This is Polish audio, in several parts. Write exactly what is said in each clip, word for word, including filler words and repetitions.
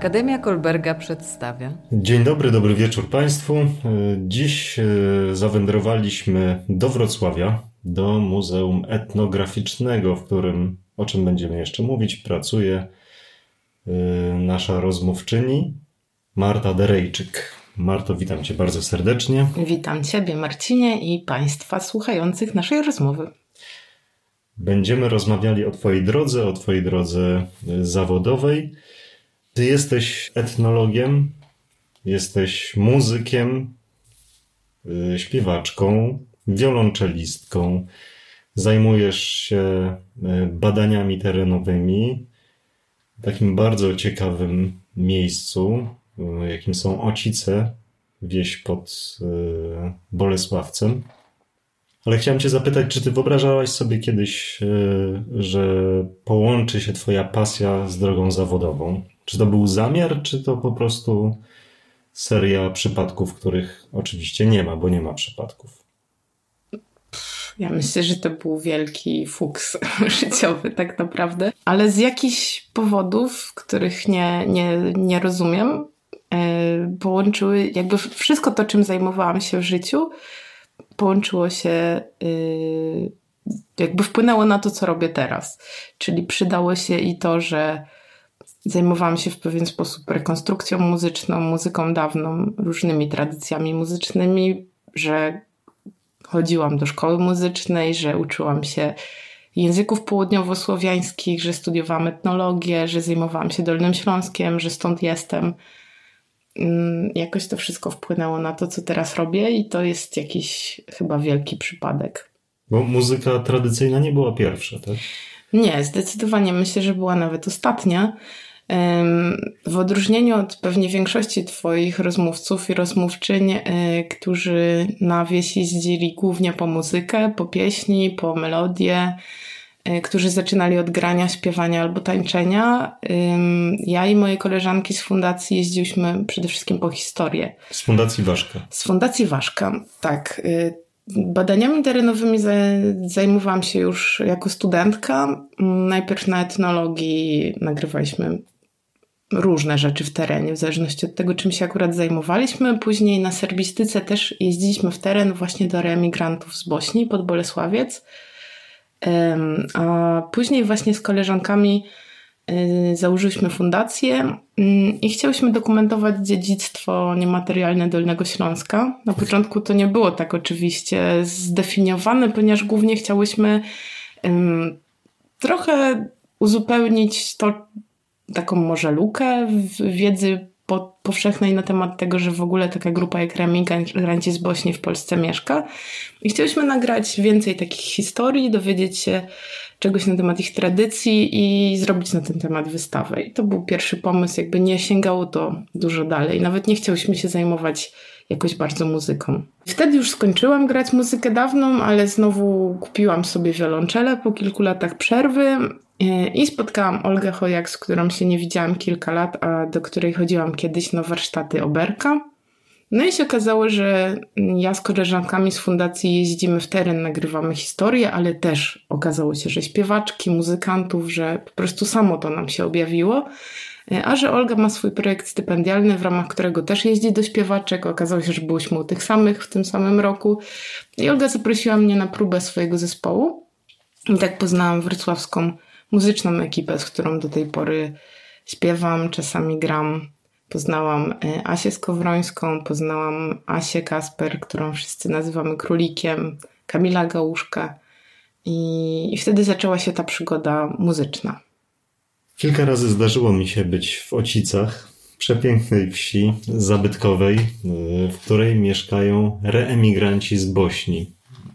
Akademia Kolberga przedstawia. Dzień dobry, dobry wieczór Państwu. Dziś zawędrowaliśmy do Wrocławia, do Muzeum Etnograficznego, w którym, o czym będziemy jeszcze mówić, pracuje nasza rozmówczyni Marta Derejczyk. Marto, witam Cię bardzo serdecznie. Witam Ciebie, Marcinie, i Państwa słuchających naszej rozmowy. Będziemy rozmawiali o Twojej drodze, o Twojej drodze zawodowej. Ty jesteś etnologiem, jesteś muzykiem, śpiewaczką, wiolonczelistką, zajmujesz się badaniami terenowymi w takim bardzo ciekawym miejscu, jakim są Ocice, wieś pod Bolesławcem. Ale chciałem Cię zapytać, czy Ty wyobrażałaś sobie kiedyś, że połączy się Twoja pasja z drogą zawodową? Czy to był zamiar, czy to po prostu seria przypadków, których oczywiście nie ma, bo nie ma przypadków? Ja myślę, że to był wielki fuks życiowy tak naprawdę, ale z jakichś powodów, których nie, nie, nie rozumiem, połączyły jakby wszystko to, czym zajmowałam się w życiu, połączyło się, jakby wpłynęło na to, co robię teraz. Czyli przydało się i to, że zajmowałam się w pewien sposób rekonstrukcją muzyczną, muzyką dawną, różnymi tradycjami muzycznymi, że chodziłam do szkoły muzycznej, że uczyłam się języków południowosłowiańskich, że studiowałam etnologię, że zajmowałam się Dolnym Śląskiem, że stąd jestem. Jakoś to wszystko wpłynęło na to, co teraz robię, i to jest jakiś chyba wielki przypadek. Bo muzyka tradycyjna nie była pierwsza, tak? Nie, zdecydowanie myślę, że była nawet ostatnia. W odróżnieniu od pewnie większości Twoich rozmówców i rozmówczyń, którzy na wieś jeździli głównie po muzykę, po pieśni, po melodię, którzy zaczynali od grania, śpiewania albo tańczenia. Ja i moje koleżanki z fundacji jeździłyśmy przede wszystkim po historię. Z Fundacji Waszka. Z Fundacji Waszka, tak. Badaniami terenowymi zajmowałam się już jako studentka. Najpierw na etnologii nagrywaliśmy różne rzeczy w terenie, w zależności od tego, czym się akurat zajmowaliśmy. Później na serbistyce też jeździliśmy w teren właśnie do reemigrantów z Bośni pod Bolesławiec. A później właśnie z koleżankami założyliśmy fundację i chciałyśmy dokumentować dziedzictwo niematerialne Dolnego Śląska. Na początku to nie było tak oczywiście zdefiniowane, ponieważ głównie chciałyśmy um, trochę uzupełnić to, taką może lukę w wiedzy po, powszechnej na temat tego, że w ogóle taka grupa jak reemigranci z Bośni w Polsce mieszka. I chciałyśmy nagrać więcej takich historii, dowiedzieć się czegoś na temat ich tradycji i zrobić na ten temat wystawę. I to był pierwszy pomysł, jakby nie sięgało to dużo dalej. Nawet nie chciałyśmy się zajmować jakoś bardzo muzyką. Wtedy już skończyłam grać muzykę dawną, ale znowu kupiłam sobie wiolonczelę po kilku latach przerwy i spotkałam Olgę Chojak, z którą się nie widziałam kilka lat, a do której chodziłam kiedyś na warsztaty Oberka. No i się okazało, że ja z koleżankami z fundacji jeździmy w teren, nagrywamy historię, ale też okazało się, że śpiewaczki, muzykantów, że po prostu samo to nam się objawiło. A że Olga ma swój projekt stypendialny, w ramach którego też jeździ do śpiewaczek. Okazało się, że byłyśmy u tych samych w tym samym roku. I Olga zaprosiła mnie na próbę swojego zespołu. I tak poznałam wrocławską muzyczną ekipę, z którą do tej pory śpiewam, czasami gram. Poznałam Asię Skowrońską, poznałam Asię Kasper, którą wszyscy nazywamy Królikiem, Kamila Gałuszkę. I, i wtedy zaczęła się ta przygoda muzyczna. Kilka razy zdarzyło mi się być w Ocicach, przepięknej wsi zabytkowej, w której mieszkają reemigranci z Bośni.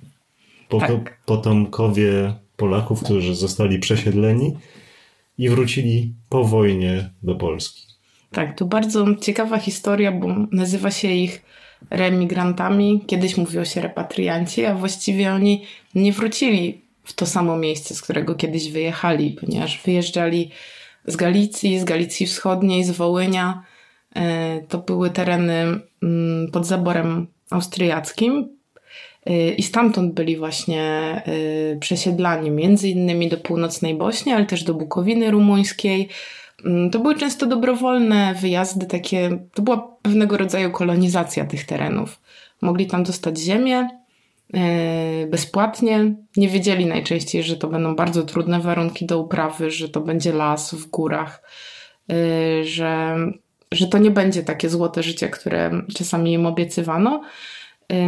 Tak. Potomkowie Polaków, którzy zostali przesiedleni i wrócili po wojnie do Polski. Tak, to bardzo ciekawa historia, bo nazywa się ich reemigrantami. Kiedyś mówiło się repatrianci, a właściwie oni nie wrócili w to samo miejsce, z którego kiedyś wyjechali, ponieważ wyjeżdżali z Galicji, z Galicji Wschodniej, z Wołynia. To były tereny pod zaborem austriackim i stamtąd byli właśnie przesiedlani między innymi do północnej Bośni, ale też do Bukowiny rumuńskiej, To były często dobrowolne wyjazdy, takie, to była pewnego rodzaju kolonizacja tych terenów. Mogli tam dostać ziemię yy, bezpłatnie. Nie wiedzieli najczęściej, że to będą bardzo trudne warunki do uprawy, że to będzie las w górach, yy, że, że to nie będzie takie złote życie, które czasami im obiecywano. Yy,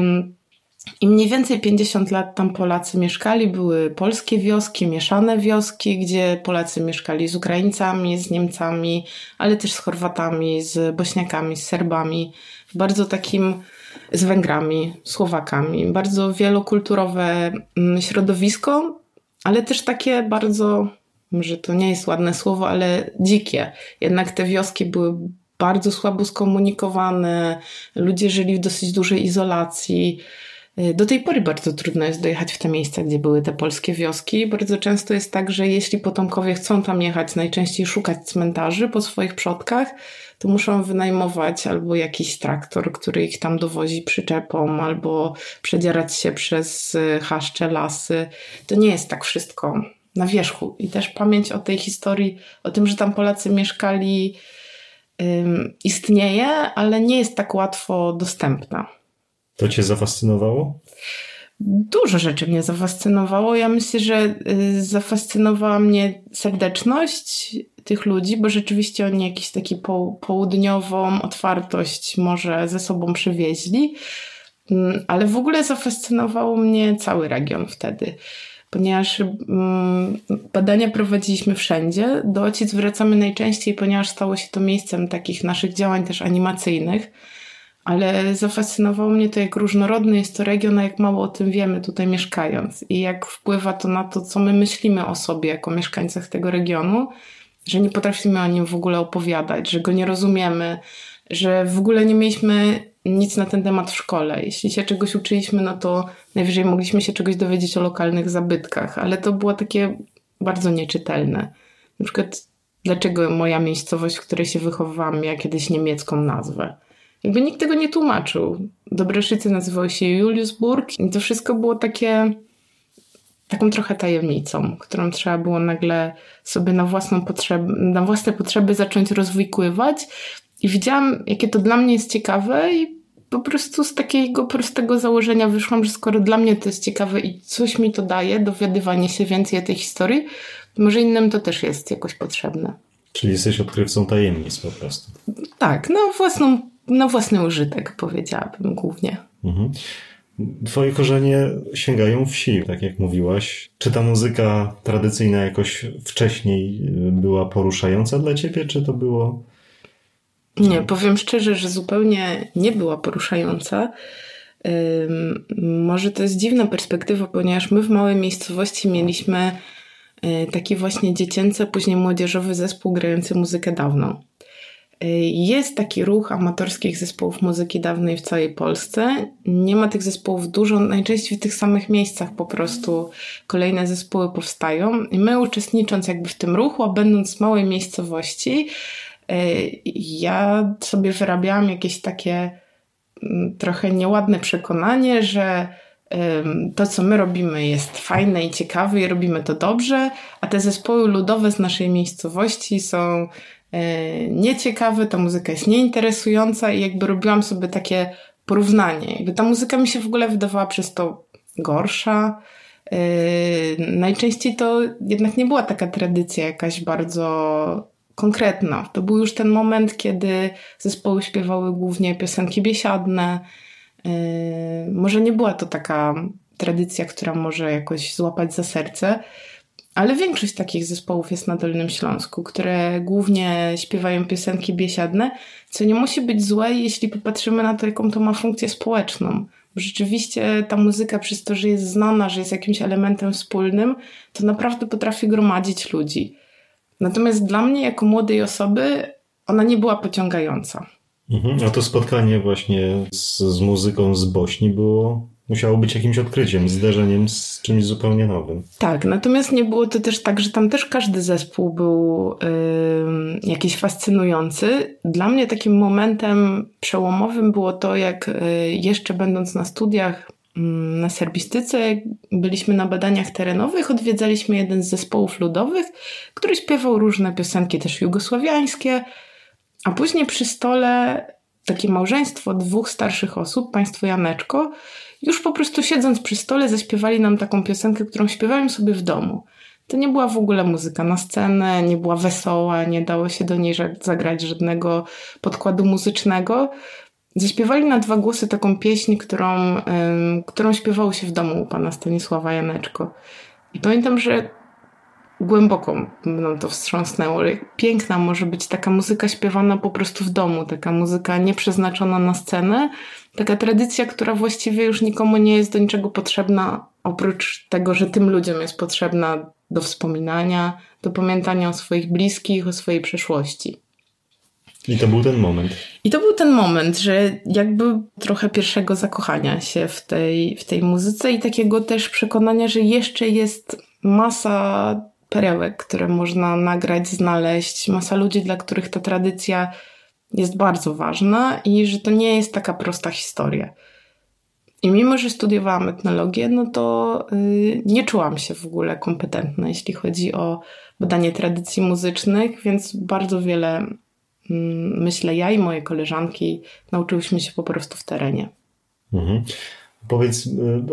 I mniej więcej pięćdziesiąt lat tam Polacy mieszkali, były polskie wioski, mieszane wioski, gdzie Polacy mieszkali z Ukraińcami, z Niemcami, ale też z Chorwatami, z Bośniakami, z Serbami, w bardzo takim, z Węgrami, Słowakami. Bardzo wielokulturowe środowisko, ale też takie bardzo, może to nie jest ładne słowo, ale dzikie. Jednak te wioski były bardzo słabo skomunikowane, ludzie żyli w dosyć dużej izolacji. Do tej pory bardzo trudno jest dojechać w te miejsca, gdzie były te polskie wioski. Bardzo często jest tak, że jeśli potomkowie chcą tam jechać, najczęściej szukać cmentarzy po swoich przodkach, to muszą wynajmować albo jakiś traktor, który ich tam dowozi przyczepą, albo przedzierać się przez chaszcze, lasy. To nie jest tak wszystko na wierzchu. I też pamięć o tej historii, o tym, że tam Polacy mieszkali, ym, istnieje, ale nie jest tak łatwo dostępna. To cię zafascynowało? Dużo rzeczy mnie zafascynowało. Ja myślę, że zafascynowała mnie serdeczność tych ludzi, bo rzeczywiście oni jakąś taką południową otwartość może ze sobą przywieźli, ale w ogóle zafascynował mnie cały region wtedy, ponieważ badania prowadziliśmy wszędzie. Do Ociec wracamy najczęściej, ponieważ stało się to miejscem takich naszych działań też animacyjnych. Ale zafascynowało mnie to, jak różnorodny jest to region, a jak mało o tym wiemy tutaj mieszkając. I jak wpływa to na to, co my myślimy o sobie jako mieszkańcach tego regionu, że nie potrafimy o nim w ogóle opowiadać, że go nie rozumiemy, że w ogóle nie mieliśmy nic na ten temat w szkole. Jeśli się czegoś uczyliśmy, no to najwyżej mogliśmy się czegoś dowiedzieć o lokalnych zabytkach, ale to było takie bardzo nieczytelne. Na przykład, dlaczego moja miejscowość, w której się wychowywałam, miała kiedyś niemiecką nazwę. Jakby nikt tego nie tłumaczył. Dobreszyce nazywały się Juliusburg i to wszystko było takie, taką trochę tajemnicą, którą trzeba było nagle sobie na własną potrzebę, na własne potrzeby zacząć rozwikływać. I widziałam, jakie to dla mnie jest ciekawe i po prostu z takiego prostego założenia wyszłam, że skoro dla mnie to jest ciekawe i coś mi to daje, dowiadywanie się więcej o tej historii, to może innym to też jest jakoś potrzebne. Czyli jesteś odkrywcą tajemnic po prostu. Tak, no własną Na własny użytek, powiedziałabym głównie. Mhm. Twoje korzenie sięgają wsi, tak jak mówiłaś. Czy ta muzyka tradycyjna jakoś wcześniej była poruszająca dla ciebie, czy to było... Nie, powiem szczerze, że zupełnie nie była poruszająca. Um, może to jest dziwna perspektywa, ponieważ my w małej miejscowości mieliśmy taki właśnie dziecięcy, później młodzieżowy zespół grający muzykę dawną. Jest taki ruch amatorskich zespołów muzyki dawnej w całej Polsce. Nie ma tych zespołów dużo, najczęściej w tych samych miejscach po prostu kolejne zespoły powstają. I my uczestnicząc jakby w tym ruchu, a będąc w małej miejscowości, ja sobie wyrabiałam jakieś takie trochę nieładne przekonanie, że to, co my robimy, jest fajne i ciekawe i robimy to dobrze, a te zespoły ludowe z naszej miejscowości są nieciekawe, ta muzyka jest nieinteresująca i jakby robiłam sobie takie porównanie. Jakby ta muzyka mi się w ogóle wydawała przez to gorsza. Yy, najczęściej to jednak nie była taka tradycja jakaś bardzo konkretna. To był już ten moment, kiedy zespoły śpiewały głównie piosenki biesiadne. Yy, może nie była to taka tradycja, która może jakoś złapać za serce, ale większość takich zespołów jest na Dolnym Śląsku, które głównie śpiewają piosenki biesiadne, co nie musi być złe, jeśli popatrzymy na to, jaką to ma funkcję społeczną. Bo rzeczywiście ta muzyka przez to, że jest znana, że jest jakimś elementem wspólnym, to naprawdę potrafi gromadzić ludzi. Natomiast dla mnie, jako młodej osoby, ona nie była pociągająca. Mhm, a to spotkanie właśnie z, z muzyką z Bośni było... musiało być jakimś odkryciem, zderzeniem z czymś zupełnie nowym. Tak, natomiast nie było to też tak, że tam też każdy zespół był yy, jakiś fascynujący. Dla mnie takim momentem przełomowym było to, jak yy, jeszcze będąc na studiach na serbistyce, byliśmy na badaniach terenowych, odwiedzaliśmy jeden z zespołów ludowych, który śpiewał różne piosenki też jugosławiańskie, a później przy stole takie małżeństwo dwóch starszych osób, państwo Janeczko, już po prostu siedząc przy stole zaśpiewali nam taką piosenkę, którą śpiewałem sobie w domu. To nie była w ogóle muzyka na scenę, nie była wesoła, nie dało się do niej zagrać żadnego podkładu muzycznego. Zaśpiewali na dwa głosy taką pieśń, którą, ym, którą śpiewało się w domu u pana Stanisława Janeczko. I pamiętam, że głęboko mną to wstrząsnęło. Piękna może być taka muzyka śpiewana po prostu w domu, taka muzyka nieprzeznaczona na scenę, taka tradycja, która właściwie już nikomu nie jest do niczego potrzebna, oprócz tego, że tym ludziom jest potrzebna do wspominania, do pamiętania o swoich bliskich, o swojej przeszłości. I to był ten moment. I to był ten moment, że jakby trochę pierwszego zakochania się w tej, w tej muzyce i takiego też przekonania, że jeszcze jest masa perełek, które można nagrać, znaleźć, masa ludzi, dla których ta tradycja jest bardzo ważna i że to nie jest taka prosta historia. I mimo, że studiowałam etnologię, no to yy, nie czułam się w ogóle kompetentna, jeśli chodzi o badanie tradycji muzycznych, więc bardzo wiele, yy, myślę, ja i moje koleżanki nauczyłyśmy się po prostu w terenie. Mhm. Powiedz,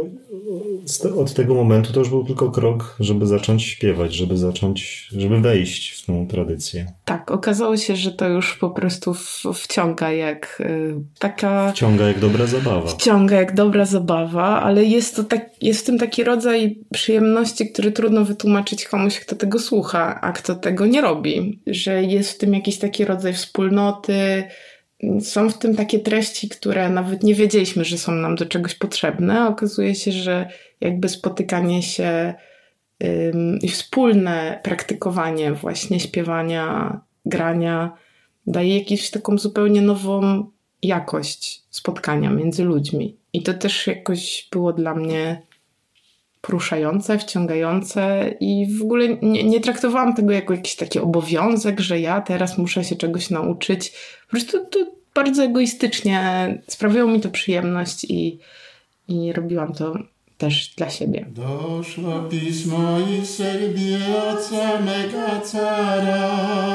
od tego momentu to już był tylko krok, żeby zacząć śpiewać, żeby zacząć, żeby wejść w tą tradycję. Tak, okazało się, że to już po prostu w, wciąga jak y, taka... Wciąga jak dobra zabawa. Wciąga jak dobra zabawa, ale jest, to tak, jest w tym taki rodzaj przyjemności, który trudno wytłumaczyć komuś, kto tego słucha, a kto tego nie robi. Że jest w tym jakiś taki rodzaj wspólnoty. Są w tym takie treści, które nawet nie wiedzieliśmy, że są nam do czegoś potrzebne. A okazuje się, że jakby spotykanie się ym, i wspólne praktykowanie właśnie śpiewania, grania daje jakąś taką zupełnie nową jakość spotkania między ludźmi. I to też jakoś było dla mnie poruszające, wciągające i w ogóle nie, nie traktowałam tego jako jakiś taki obowiązek, że ja teraz muszę się czegoś nauczyć. Po prostu to bardzo egoistycznie sprawiało mi to przyjemność i, i robiłam to też dla siebie. Doszło pismo i Serbii od samego cara.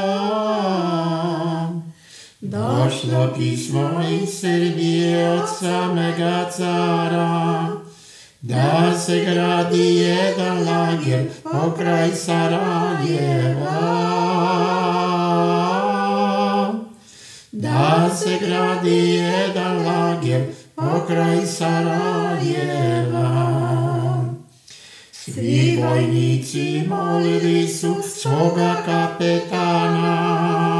Doszło pismo i Serbii od samego cara. Da se gradi jedan lager pokraj Sarajeva. Da se gradi jedan lager pokraj Sarajeva. Svi vojnici molili su svoga kapetana.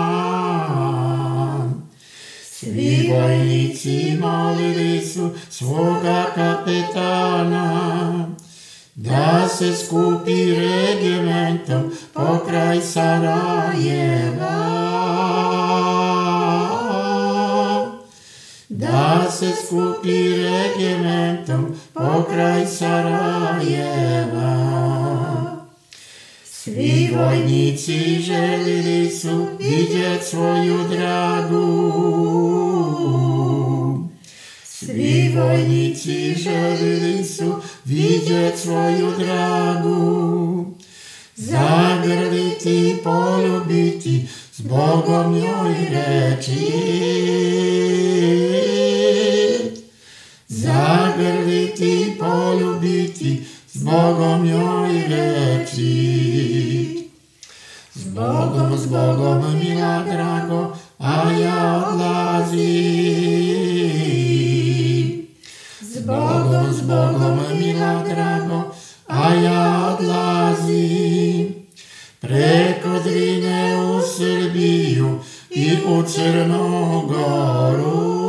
Svi vojnici molili su svoga kapetana da se skupi regimentom pokraj Sarajeva. Da se skupi regimentom pokraj Sarajeva. Svi vojnici želili su vidjet svoju dragu. Svi vojnici želili su vidjet svoju dragu. Zagrliti, poljubiti, s Bogom njoj reći. Zagrliti, poljubiti, s Bogom njoj reći. S Bogom, s Bogom, mila drago, a ja odlazim. S Bogom, s Bogom, mila drago, a ja odlazim. Preko Drine u Srbiju i u Crnogoru.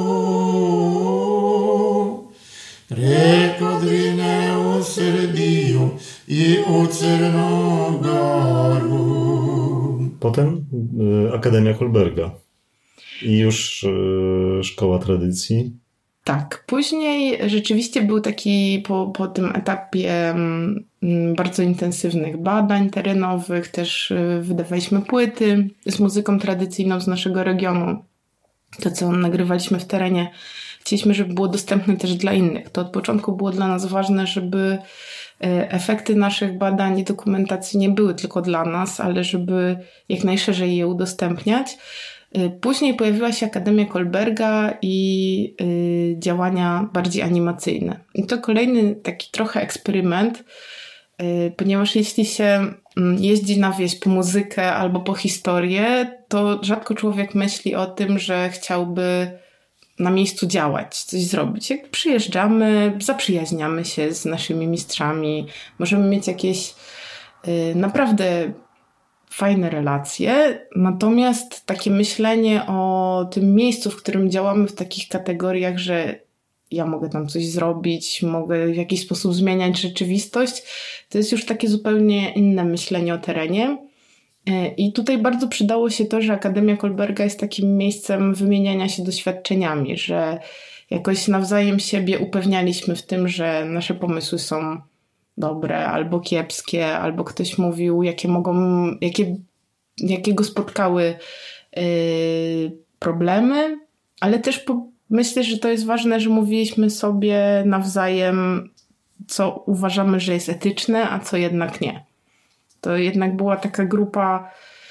Preko Drine u Srbiju i u Crnogoru. Potem y, Akademia Kolberga i już y, Szkoła Tradycji. Tak, później rzeczywiście był taki po, po tym etapie mm, bardzo intensywnych badań terenowych, też y, wydawaliśmy płyty z muzyką tradycyjną z naszego regionu. To, co nagrywaliśmy w terenie, chcieliśmy, żeby było dostępne też dla innych. To od początku było dla nas ważne, żeby efekty naszych badań i dokumentacji nie były tylko dla nas, ale żeby jak najszerzej je udostępniać. Później pojawiła się Akademia Kolberga i y, działania bardziej animacyjne. I to kolejny taki trochę eksperyment, y, ponieważ jeśli się jeździ na wieś po muzykę albo po historię, to rzadko człowiek myśli o tym, że chciałby na miejscu działać, coś zrobić. Jak przyjeżdżamy, zaprzyjaźniamy się z naszymi mistrzami, możemy mieć jakieś y, naprawdę fajne relacje, natomiast takie myślenie o tym miejscu, w którym działamy w takich kategoriach, że ja mogę tam coś zrobić, mogę w jakiś sposób zmieniać rzeczywistość, to jest już takie zupełnie inne myślenie o terenie. I tutaj bardzo przydało się to, że Akademia Kolberga jest takim miejscem wymieniania się doświadczeniami, że jakoś nawzajem siebie upewnialiśmy w tym, że nasze pomysły są dobre albo kiepskie, albo ktoś mówił, jakie mogą, jakie, jakie go spotkały yy, problemy, ale też po, myślę, że to jest ważne, że mówiliśmy sobie nawzajem, co uważamy, że jest etyczne, a co jednak nie. To jednak była taka grupa,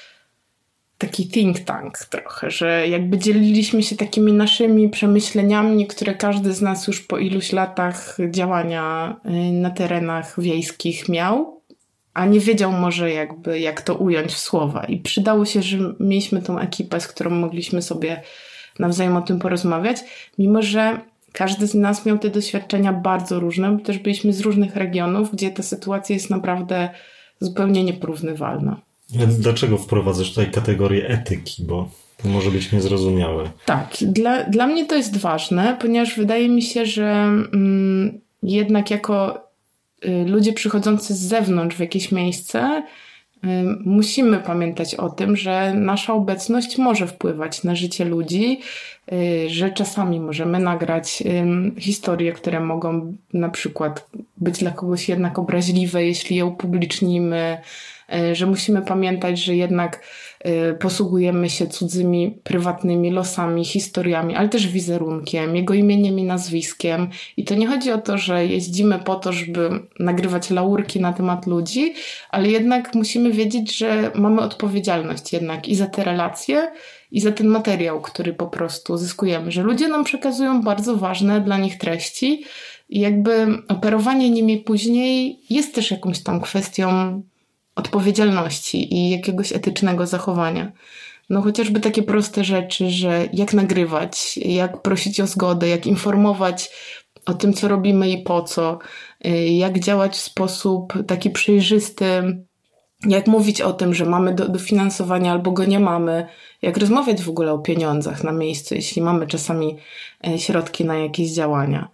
taki think tank trochę, że jakby dzieliliśmy się takimi naszymi przemyśleniami, które każdy z nas już po iluś latach działania na terenach wiejskich miał, a nie wiedział może jakby jak to ująć w słowa. I przydało się, że mieliśmy tą ekipę, z którą mogliśmy sobie nawzajem o tym porozmawiać, mimo że każdy z nas miał te doświadczenia bardzo różne, bo też byliśmy z różnych regionów, gdzie ta sytuacja jest naprawdę zupełnie nieporównywalna. Dlaczego wprowadzasz tutaj kategorię etyki, bo to może być niezrozumiałe? Tak, dla, dla mnie to jest ważne, ponieważ wydaje mi się, że mm, jednak jako y, ludzie przychodzący z zewnątrz w jakieś miejsce y, musimy pamiętać o tym, że nasza obecność może wpływać na życie ludzi, y, że czasami możemy nagrać y, historie, które mogą na przykład być dla kogoś jednak obraźliwe, jeśli je upublicznimy, że musimy pamiętać, że jednak posługujemy się cudzymi, prywatnymi losami, historiami, ale też wizerunkiem, jego imieniem i nazwiskiem. I to nie chodzi o to, że jeździmy po to, żeby nagrywać laurki na temat ludzi, ale jednak musimy wiedzieć, że mamy odpowiedzialność jednak i za te relacje, i za ten materiał, który po prostu zyskujemy. Że ludzie nam przekazują bardzo ważne dla nich treści i jakby operowanie nimi później jest też jakąś tam kwestią odpowiedzialności i jakiegoś etycznego zachowania. No chociażby takie proste rzeczy, że jak nagrywać, jak prosić o zgodę, jak informować o tym, co robimy i po co, jak działać w sposób taki przejrzysty, jak mówić o tym, że mamy do, dofinansowania albo go nie mamy, jak rozmawiać w ogóle o pieniądzach na miejscu, jeśli mamy czasami środki na jakieś działania.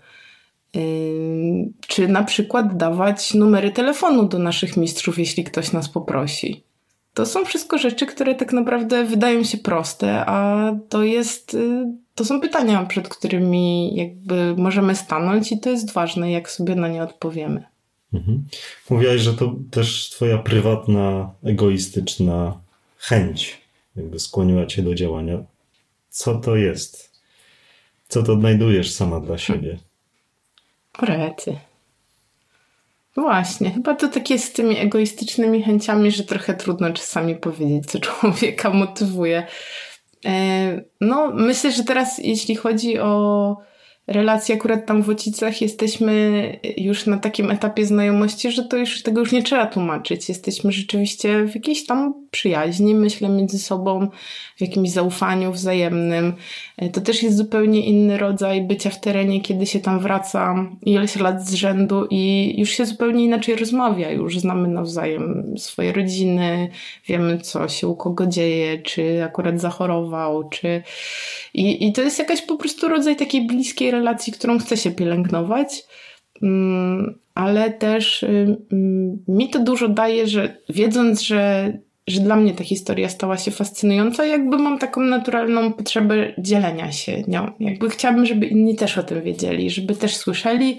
Czy na przykład dawać numery telefonu do naszych mistrzów, jeśli ktoś nas poprosi. To są wszystko rzeczy, które tak naprawdę wydają się proste, a to jest, to są pytania, przed którymi jakby możemy stanąć i to jest ważne, jak sobie na nie odpowiemy. Mhm. Mówiłaś, że to też twoja prywatna, egoistyczna chęć jakby skłoniła cię do działania. Co to jest? Co to odnajdujesz sama dla siebie? O rety. Właśnie, chyba to takie z tymi egoistycznymi chęciami, że trochę trudno czasami powiedzieć, co człowieka motywuje. No, myślę, że teraz jeśli chodzi o relacje akurat tam w Wocicach, jesteśmy już na takim etapie znajomości, że to już tego już nie trzeba tłumaczyć. Jesteśmy rzeczywiście w jakiejś tam przyjaźni, myślę, między sobą, w jakimś zaufaniu wzajemnym. To też jest zupełnie inny rodzaj bycia w terenie, kiedy się tam wraca ileś lat z rzędu i już się zupełnie inaczej rozmawia. Już znamy nawzajem swoje rodziny, wiemy, co się u kogo dzieje, czy akurat zachorował, czy... I, i to jest jakaś po prostu rodzaj takiej bliskiej relacji, którą chce się pielęgnować, ale też mi to dużo daje, że wiedząc, że, że dla mnie ta historia stała się fascynująca, jakby mam taką naturalną potrzebę dzielenia się nią. Jakby chciałabym, żeby inni też o tym wiedzieli, żeby też słyszeli,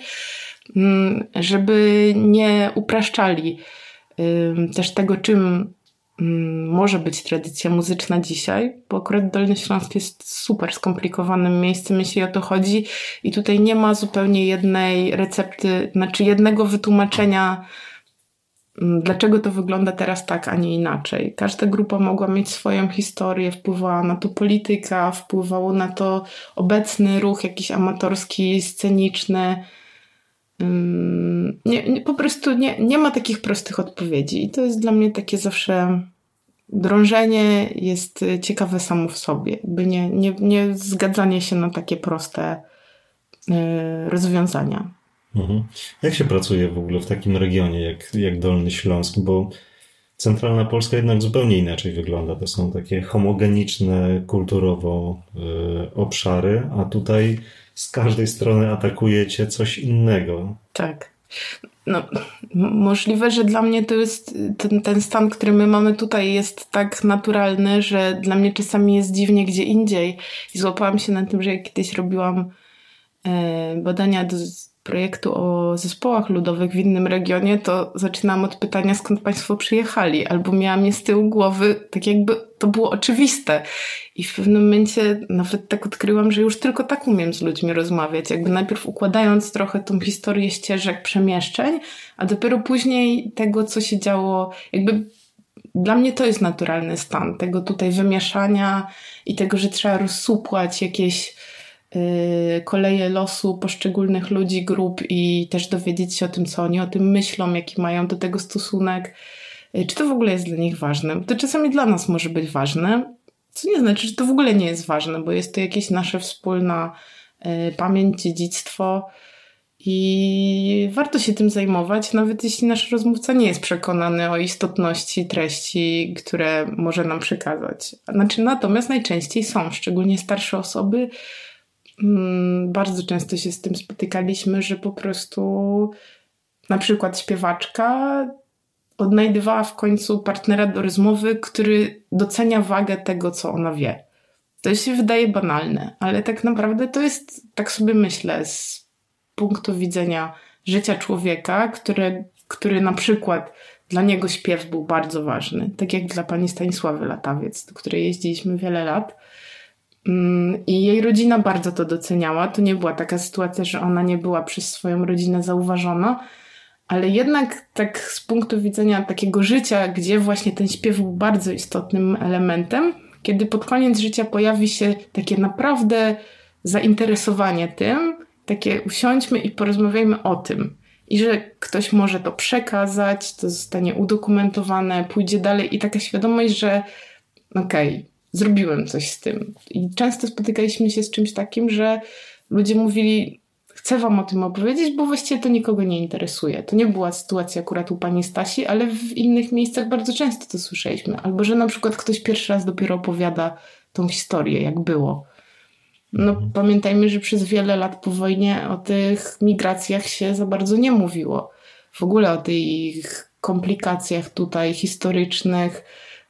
żeby nie upraszczali też tego, czym może być tradycja muzyczna dzisiaj, bo akurat Dolny Śląsk jest super skomplikowanym miejscem, jeśli o to chodzi i tutaj nie ma zupełnie jednej recepty, znaczy jednego wytłumaczenia, dlaczego to wygląda teraz tak, a nie inaczej. Każda grupa mogła mieć swoją historię, wpływała na to polityka, wpływało na to obecny ruch jakiś amatorski, sceniczny. Nie, nie, po prostu nie, nie ma takich prostych odpowiedzi i to jest dla mnie takie zawsze drążenie jest ciekawe samo w sobie. Jakby nie, nie, nie zgadzanie się na takie proste y, rozwiązania. Mhm. Jak się pracuje w ogóle w takim regionie jak, jak Dolny Śląsk? Bo centralna Polska jednak zupełnie inaczej wygląda. To są takie homogeniczne kulturowo y, obszary, a tutaj z każdej strony atakujecie coś innego. Tak. No, możliwe, że dla mnie to jest ten, ten stan, który my mamy tutaj jest tak naturalny, że dla mnie czasami jest dziwnie gdzie indziej. I złapałam się na tym, że jak kiedyś robiłam e, badania do projektu o zespołach ludowych w innym regionie, to zaczynałam od pytania, skąd państwo przyjechali, albo miałam je z tyłu głowy, tak jakby to było oczywiste. I w pewnym momencie nawet tak odkryłam, że już tylko tak umiem z ludźmi rozmawiać, jakby najpierw układając trochę tą historię ścieżek przemieszczeń, a dopiero później tego, co się działo, jakby dla mnie to jest naturalny stan, tego tutaj wymieszania i tego, że trzeba rozsupłać jakieś koleje losu poszczególnych ludzi, grup i też dowiedzieć się o tym, co oni o tym myślą, jaki mają do tego stosunek, czy to w ogóle jest dla nich ważne. Bo to czasami dla nas może być ważne, co nie znaczy, że to w ogóle nie jest ważne, bo jest to jakieś nasze wspólna pamięć, dziedzictwo i warto się tym zajmować, nawet jeśli nasz rozmówca nie jest przekonany o istotności treści, które może nam przekazać. Znaczy, natomiast najczęściej są, szczególnie starsze osoby, bardzo często się z tym spotykaliśmy, że po prostu na przykład śpiewaczka odnajdywała w końcu partnera do rozmowy, który docenia wagę tego, co ona wie. To się wydaje banalne, ale tak naprawdę to jest, tak sobie myślę, z punktu widzenia życia człowieka, który, który na przykład dla niego śpiew był bardzo ważny, tak jak dla pani Stanisławy Latawiec, do której jeździliśmy wiele lat. I jej rodzina bardzo to doceniała. To nie była taka sytuacja, że ona nie była przez swoją rodzinę zauważona, ale jednak tak z punktu widzenia takiego życia, gdzie właśnie ten śpiew był bardzo istotnym elementem, kiedy pod koniec życia pojawi się takie naprawdę zainteresowanie tym, takie usiądźmy i porozmawiajmy o tym. I że ktoś może to przekazać, to zostanie udokumentowane, pójdzie dalej i taka świadomość, że okej, okay, zrobiłem coś z tym. I często spotykaliśmy się z czymś takim, że ludzie mówili, chcę wam o tym opowiedzieć, bo właściwie to nikogo nie interesuje. To nie była sytuacja akurat u pani Stasi, ale w innych miejscach bardzo często to słyszeliśmy. Albo że na przykład ktoś pierwszy raz dopiero opowiada tą historię, jak było. No mhm. Pamiętajmy, że przez wiele lat po wojnie o tych migracjach się za bardzo nie mówiło. W ogóle o tych komplikacjach tutaj historycznych.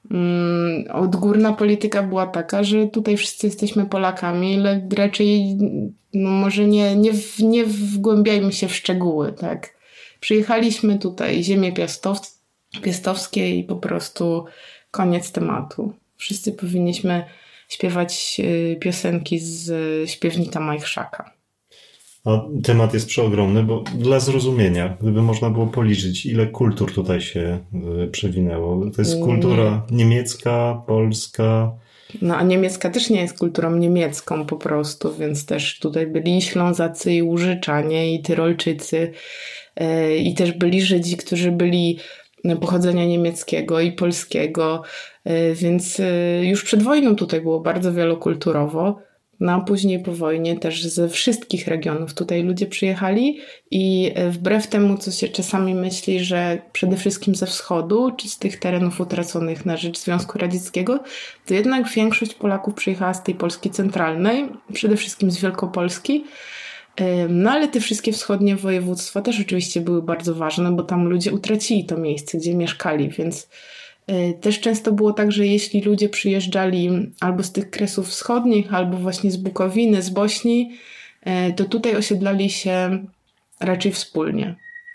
Odgórna polityka była taka, że tutaj wszyscy jesteśmy Polakami, ale raczej no może nie, nie, nie wgłębiajmy się w szczegóły, tak? Przyjechaliśmy tutaj, ziemie piastow, piastowskie i po prostu koniec tematu. Wszyscy powinniśmy śpiewać piosenki z śpiewnika Majchrzaka. A temat jest przeogromny, bo dla zrozumienia, gdyby można było policzyć, ile kultur tutaj się przewinęło. To jest kultura niemiecka, polska. No a niemiecka też nie jest kulturą niemiecką po prostu, więc też tutaj byli i Ślązacy, i Łużyczanie, i Tyrolczycy, yy, i też byli Żydzi, którzy byli pochodzenia niemieckiego i polskiego, yy, więc yy, już przed wojną tutaj było bardzo wielokulturowo. No a później po wojnie też ze wszystkich regionów tutaj ludzie przyjechali i wbrew temu, co się czasami myśli, że przede wszystkim ze wschodu, czy z tych terenów utraconych na rzecz Związku Radzieckiego, to jednak większość Polaków przyjechała z tej Polski centralnej, przede wszystkim z Wielkopolski. No ale te wszystkie wschodnie województwa też oczywiście były bardzo ważne, bo tam ludzie utracili to miejsce, gdzie mieszkali, więc też często było tak, że jeśli ludzie przyjeżdżali albo z tych Kresów Wschodnich, albo właśnie z Bukowiny, z Bośni, to tutaj osiedlali się raczej wspólnie.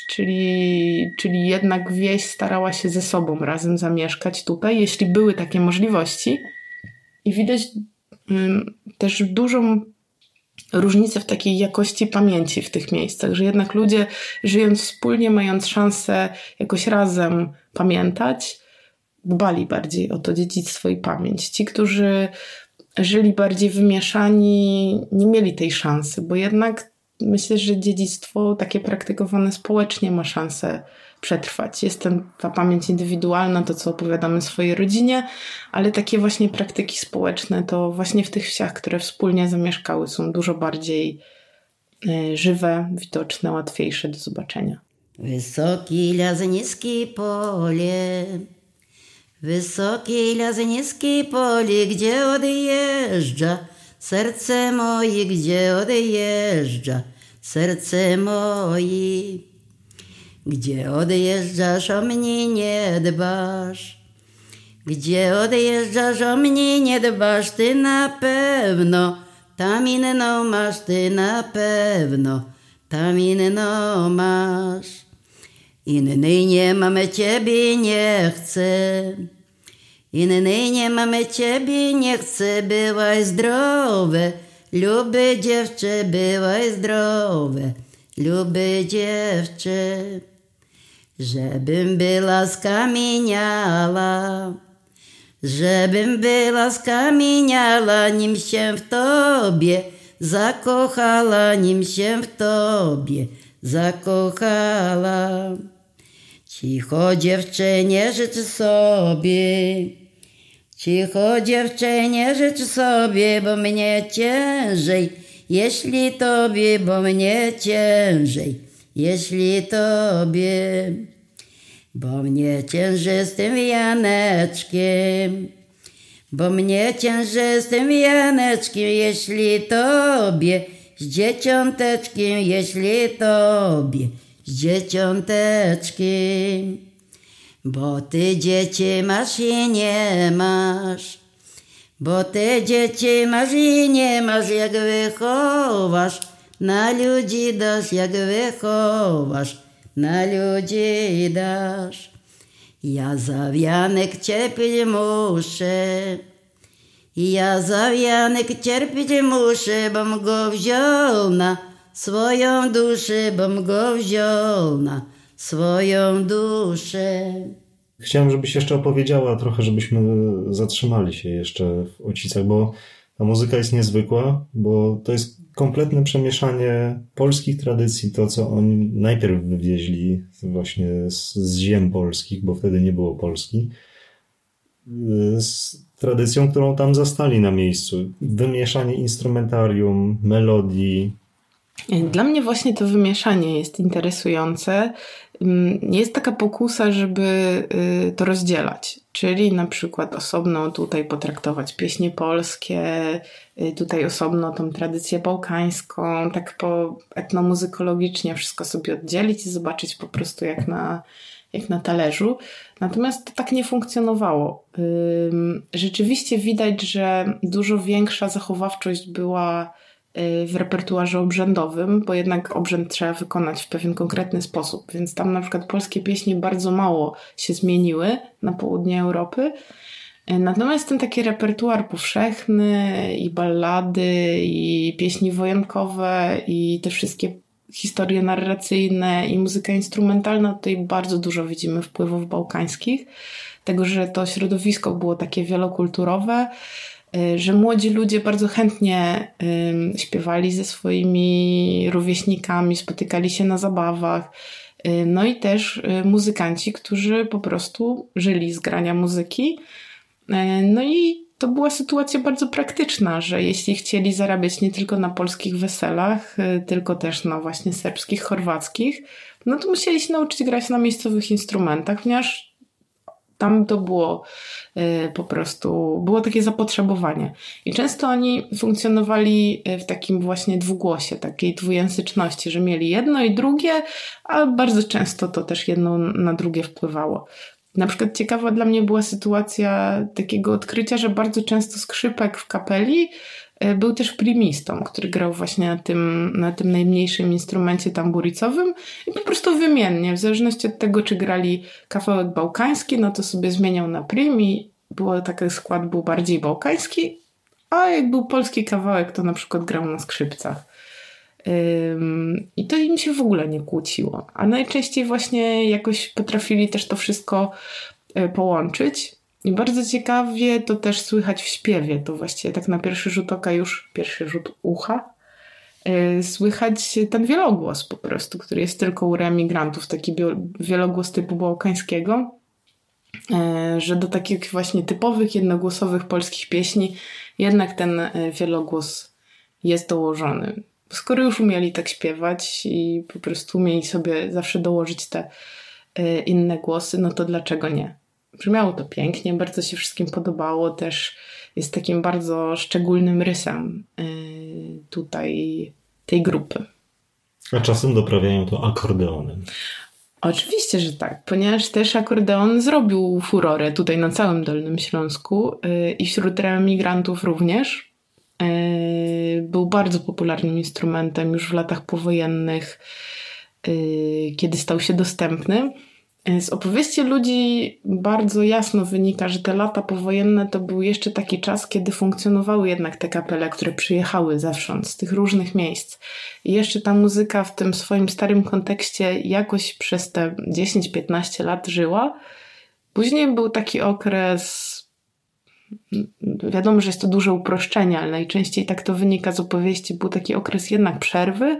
czyli, czyli jednak wieś starała się ze sobą razem zamieszkać tutaj, jeśli były takie możliwości. I widać ym, też dużą różnicę w takiej jakości pamięci w tych miejscach, że jednak ludzie żyjąc wspólnie, mając szansę jakoś razem pamiętać, dbali bardziej o to dziedzictwo i pamięć. Ci, którzy żyli bardziej wymieszani, nie mieli tej szansy, bo jednak myślę, że dziedzictwo takie praktykowane społecznie ma szansę przetrwać. Jest ten, ta pamięć indywidualna, to co opowiadamy swojej rodzinie, ale takie właśnie praktyki społeczne to właśnie w tych wsiach, które wspólnie zamieszkały, są dużo bardziej y, żywe, widoczne, łatwiejsze do zobaczenia. Wysoki las, niskie pole, wysoki las, niskie pole, gdzie odjeżdża serce moje, gdzie odjeżdża serce moje. Gdzie odjeżdżasz, o mnie nie dbasz. Gdzie odjeżdżasz, o mnie nie dbasz, ty na pewno tam inną masz, ty na pewno tam inną masz. Innej nie mamy, ciebie nie chcę. Innej nie mamy, ciebie nie chcę, byłaś zdrowe, luby dziewczę, byłaś zdrowe, luby dziewczę. Żebym była skamieniała, żebym była skamieniała, nim się w tobie zakochała, nim się w tobie zakochała. Cicho dziewczę, nie życz sobie, cicho dziewczę, nie życz sobie, bo mnie ciężej, jeśli tobie, bo mnie ciężej. Jeśli tobie, bo mnie cięży z tym wianeczkiem, bo mnie cięży z tym wianeczkiem, jeśli tobie, z dzieciąteczkiem, jeśli tobie, z dzieciąteczkiem. Bo ty dzieci masz i nie masz, bo ty dzieci masz i nie masz, jak wychowasz, na ludzi dasz, jak wychowasz, na ludzi dasz. Ja za wianek cierpieć muszę, ja za wianek cierpieć muszę, bom go wziął na swoją duszę, bom go wziął na swoją duszę. Chciałem, żebyś jeszcze opowiedziała trochę, żebyśmy zatrzymali się jeszcze w Ocicach, bo ta muzyka jest niezwykła, bo to jest kompletne przemieszanie polskich tradycji, to co oni najpierw wywieźli właśnie z, z ziem polskich, bo wtedy nie było Polski, z tradycją, którą tam zastali na miejscu. Wymieszanie instrumentarium, melodii. Dla mnie właśnie to wymieszanie jest interesujące. Jest taka pokusa, żeby to rozdzielać. Czyli na przykład osobno tutaj potraktować pieśni polskie, tutaj osobno tą tradycję bałkańską, tak po etnomuzykologicznie wszystko sobie oddzielić i zobaczyć po prostu jak na, jak na talerzu. Natomiast to tak nie funkcjonowało. Rzeczywiście widać, że dużo większa zachowawczość była w repertuarze obrzędowym, bo jednak obrzęd trzeba wykonać w pewien konkretny sposób, więc tam na przykład polskie pieśni bardzo mało się zmieniły na południe Europy. Natomiast ten taki repertuar powszechny i ballady, i pieśni wojenkowe, i te wszystkie historie narracyjne, i muzyka instrumentalna, tutaj bardzo dużo widzimy wpływów bałkańskich, tego, że to środowisko było takie wielokulturowe, że młodzi ludzie bardzo chętnie y, śpiewali ze swoimi rówieśnikami, spotykali się na zabawach. Y, no i też y, muzykanci, którzy po prostu żyli z grania muzyki. Y, no i to była sytuacja bardzo praktyczna, że jeśli chcieli zarabiać nie tylko na polskich weselach, y, tylko też na właśnie serbskich, chorwackich, no to musieli się nauczyć grać na miejscowych instrumentach, ponieważ tam to było y, po prostu, było takie zapotrzebowanie. I często oni funkcjonowali w takim właśnie dwugłosie, takiej dwujęzyczności, że mieli jedno i drugie, a bardzo często to też jedno na drugie wpływało. Na przykład ciekawa dla mnie była sytuacja takiego odkrycia, że bardzo często skrzypek w kapeli był też primistą, który grał właśnie na tym, na tym najmniejszym instrumencie tamburicowym i po prostu wymiennie, w zależności od tego, czy grali kawałek bałkański, no to sobie zmieniał na prim i było taki skład, był bardziej bałkański, a jak był polski kawałek, to na przykład grał na skrzypcach. Ym, I to im się w ogóle nie kłóciło. A najczęściej właśnie jakoś potrafili też to wszystko y, połączyć. I bardzo ciekawie to też słychać w śpiewie. To właściwie tak na pierwszy rzut oka już, pierwszy rzut ucha, yy, słychać ten wielogłos po prostu, który jest tylko u reemigrantów, taki bio, wielogłos typu bałkańskiego, yy, że do takich właśnie typowych, jednogłosowych polskich pieśni jednak ten yy, wielogłos jest dołożony. Skoro już umieli tak śpiewać i po prostu umieli sobie zawsze dołożyć te yy, inne głosy, no to dlaczego nie? Brzmiało to pięknie, bardzo się wszystkim podobało, też jest takim bardzo szczególnym rysem tutaj tej grupy. A czasem doprawiają to akordeonem. Oczywiście, że tak, ponieważ też akordeon zrobił furorę tutaj na całym Dolnym Śląsku i wśród reemigrantów również. Był bardzo popularnym instrumentem już w latach powojennych, kiedy stał się dostępny. Z opowieści ludzi bardzo jasno wynika, że te lata powojenne to był jeszcze taki czas, kiedy funkcjonowały jednak te kapele, które przyjechały zewsząd, z tych różnych miejsc. I jeszcze ta muzyka w tym swoim starym kontekście jakoś przez te dziesięć piętnaście lat żyła. Później był taki okres, wiadomo, że jest to duże uproszczenie, ale najczęściej tak to wynika z opowieści, był taki okres jednak przerwy,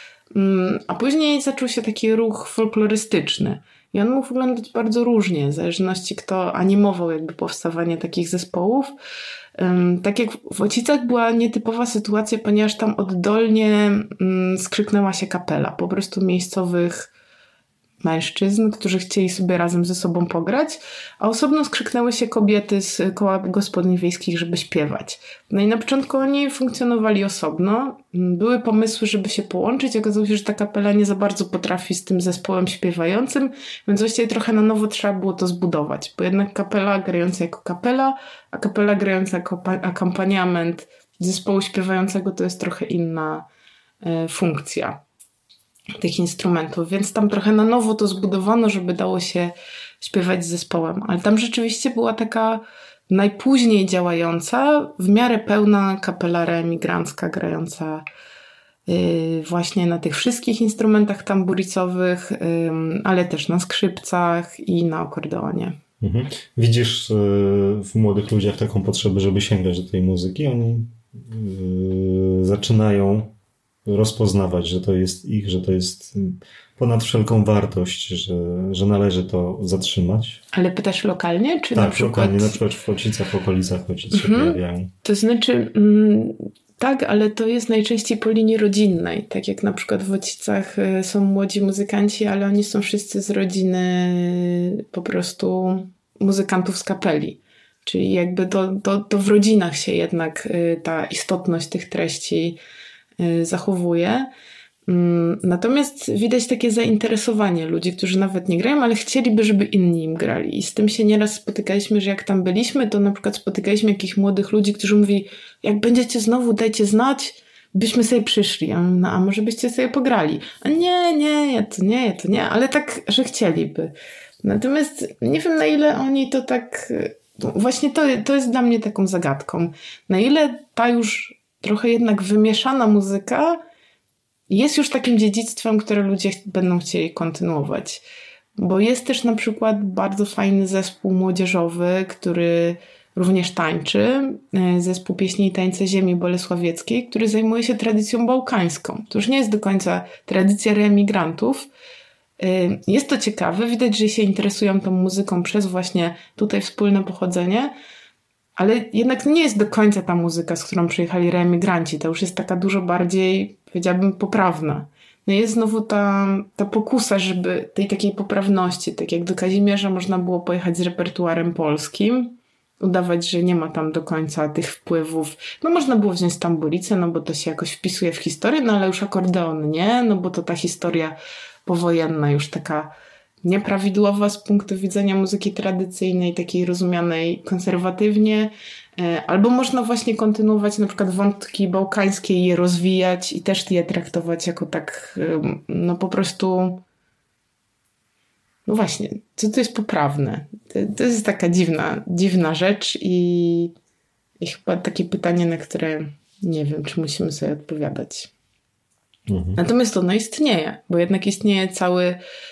a później zaczął się taki ruch folklorystyczny. I on mógł wyglądać bardzo różnie, w zależności kto animował jakby powstawanie takich zespołów. Um, tak jak w Łocicach była nietypowa sytuacja, ponieważ tam oddolnie um, skrzyknęła się kapela, po prostu miejscowych mężczyzn, którzy chcieli sobie razem ze sobą pograć, a osobno skrzyknęły się kobiety z koła gospodyń wiejskich, żeby śpiewać. No i na początku oni funkcjonowali osobno. Były pomysły, żeby się połączyć. Okazało się, że ta kapela nie za bardzo potrafi z tym zespołem śpiewającym, więc właściwie trochę na nowo trzeba było to zbudować, bo jednak kapela grająca jako kapela, a kapela grająca jako akompaniament zespołu śpiewającego to jest trochę inna e, funkcja tych instrumentów, więc tam trochę na nowo to zbudowano, żeby dało się śpiewać z zespołem. Ale tam rzeczywiście była taka najpóźniej działająca, w miarę pełna kapela reemigrancka, grająca yy, właśnie na tych wszystkich instrumentach tamburicowych, yy, ale też na skrzypcach i na akordeonie. Mhm. Widzisz yy, w młodych ludziach taką potrzebę, żeby sięgać do tej muzyki? Oni yy, zaczynają rozpoznawać, że to jest ich, że to jest ponad wszelką wartość, że, że należy to zatrzymać. Ale pytasz lokalnie? Czy tak, na przykład... lokalnie, na przykład w Łocicach, w okolicach Łocic się mhm. pojawiają. To znaczy, mm, tak, ale to jest najczęściej po linii rodzinnej. Tak jak na przykład w Łocicach są młodzi muzykanci, ale oni są wszyscy z rodziny po prostu muzykantów z kapeli. Czyli jakby to, to, to w rodzinach się jednak ta istotność tych treści zachowuje. Natomiast widać takie zainteresowanie ludzi, którzy nawet nie grają, ale chcieliby, żeby inni im grali. I z tym się nieraz spotykaliśmy, że jak tam byliśmy, to na przykład spotykaliśmy jakichś młodych ludzi, którzy mówili, jak będziecie znowu, dajcie znać, byśmy sobie przyszli. A, no, a może byście sobie pograli? A nie, nie, to nie, to nie, ale tak, że chcieliby. Natomiast nie wiem, na ile oni to tak... Właśnie to, to jest dla mnie taką zagadką. Na ile ta już trochę jednak wymieszana muzyka jest już takim dziedzictwem, które ludzie będą chcieli kontynuować. Bo jest też na przykład bardzo fajny zespół młodzieżowy, który również tańczy. Zespół Pieśni i Tańce Ziemi Bolesławieckiej, który zajmuje się tradycją bałkańską. To już nie jest do końca tradycja reemigrantów. Jest to ciekawe. Widać, że się interesują tą muzyką przez właśnie tutaj wspólne pochodzenie. Ale jednak nie jest do końca ta muzyka, z którą przyjechali reemigranci. To już jest taka dużo bardziej, powiedziałabym, poprawna. No jest znowu ta, ta pokusa, żeby tej takiej poprawności, tak jak do Kazimierza można było pojechać z repertuarem polskim, udawać, że nie ma tam do końca tych wpływów. No można było wziąć tamburicę, no bo to się jakoś wpisuje w historię, no ale już akordeon nie, no bo to ta historia powojenna już taka nieprawidłowa z punktu widzenia muzyki tradycyjnej, takiej rozumianej konserwatywnie, albo można właśnie kontynuować na przykład wątki bałkańskie i je rozwijać i też je traktować jako tak, no po prostu, no właśnie, co to jest poprawne? To, to jest taka dziwna, dziwna rzecz i, i chyba takie pytanie, na które nie wiem, czy musimy sobie odpowiadać. Mhm. Natomiast ono istnieje, bo jednak istnieje cały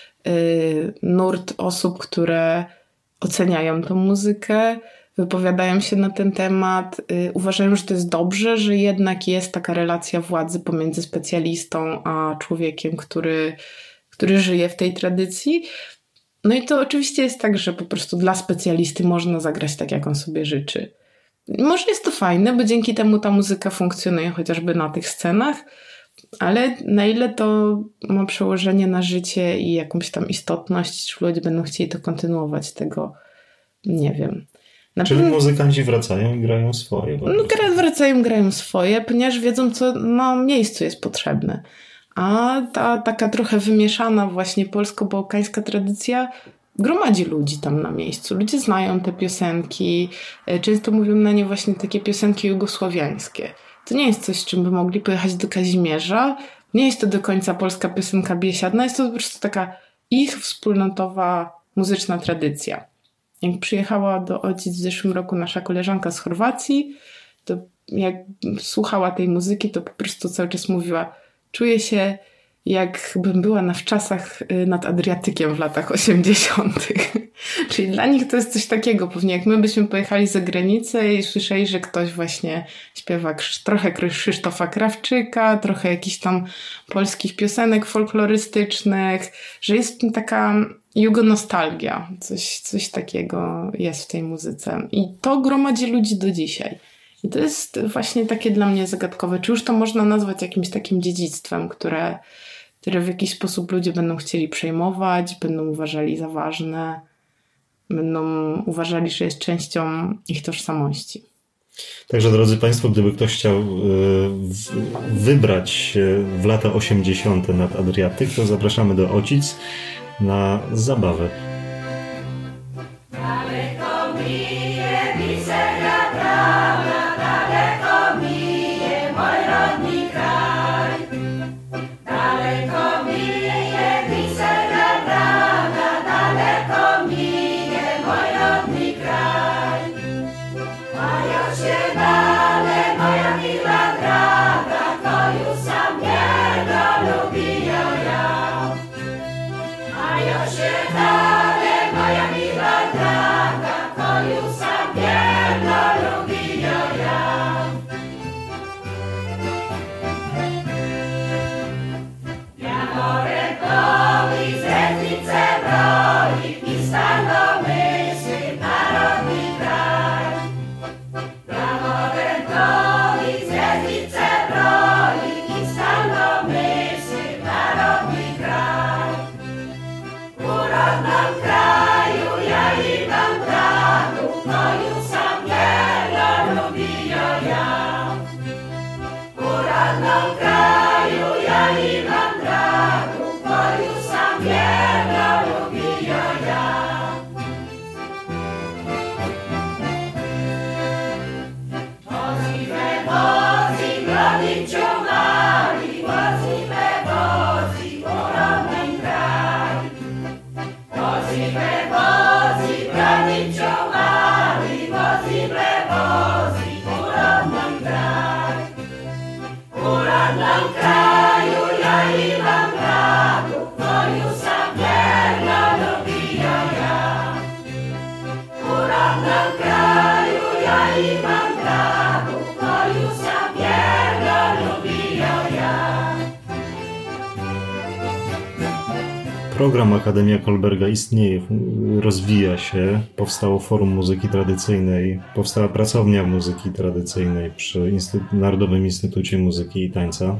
y, nurt osób, które oceniają tą muzykę, wypowiadają się na ten temat, y, uważają, że to jest dobrze, że jednak jest taka relacja władzy pomiędzy specjalistą a człowiekiem, który, który żyje w tej tradycji. No i to oczywiście jest tak, że po prostu dla specjalisty można zagrać tak, jak on sobie życzy. Może jest to fajne, bo dzięki temu ta muzyka funkcjonuje chociażby na tych scenach, ale na ile to ma przełożenie na życie i jakąś tam istotność, czy ludzie będą chcieli to kontynuować, tego nie wiem. Na Czyli pewno... muzykanci wracają i grają swoje. No wracają, grają swoje, ponieważ wiedzą, co na miejscu jest potrzebne. A ta taka trochę wymieszana właśnie polsko-bałkańska tradycja gromadzi ludzi tam na miejscu. Ludzie znają te piosenki, często mówią na nie właśnie takie piosenki jugosłowiańskie. To nie jest coś, z czym by mogli pojechać do Kazimierza. Nie jest to do końca polska piosenka biesiadna, jest to po prostu taka ich wspólnotowa muzyczna tradycja. Jak przyjechała do Ocic w zeszłym roku nasza koleżanka z Chorwacji, to jak słuchała tej muzyki, to po prostu cały czas mówiła: czuję się, jakbym była na wczasach nad Adriatykiem w latach osiemdziesiątych. Czyli dla nich to jest coś takiego. Pewnie jak my byśmy pojechali za granicę i słyszeli, że ktoś właśnie śpiewa trochę Krzysztofa Krawczyka, trochę jakichś tam polskich piosenek folklorystycznych, że jest w tym taka jugonostalgia. Coś, coś takiego jest w tej muzyce. I to gromadzi ludzi do dzisiaj. I to jest właśnie takie dla mnie zagadkowe. Czy już to można nazwać jakimś takim dziedzictwem, które, które w jakiś sposób ludzie będą chcieli przejmować, będą uważali za ważne, będą uważali, że jest częścią ich tożsamości. Także drodzy Państwo, gdyby ktoś chciał wybrać się w lata osiemdziesiąte nad Adriatyk, to zapraszamy do Ocic na zabawę. Program Akademia Kolberga istnieje, rozwija się. Powstało Forum Muzyki Tradycyjnej, powstała Pracownia Muzyki Tradycyjnej przy Instytut- Narodowym Instytucie Muzyki i Tańca.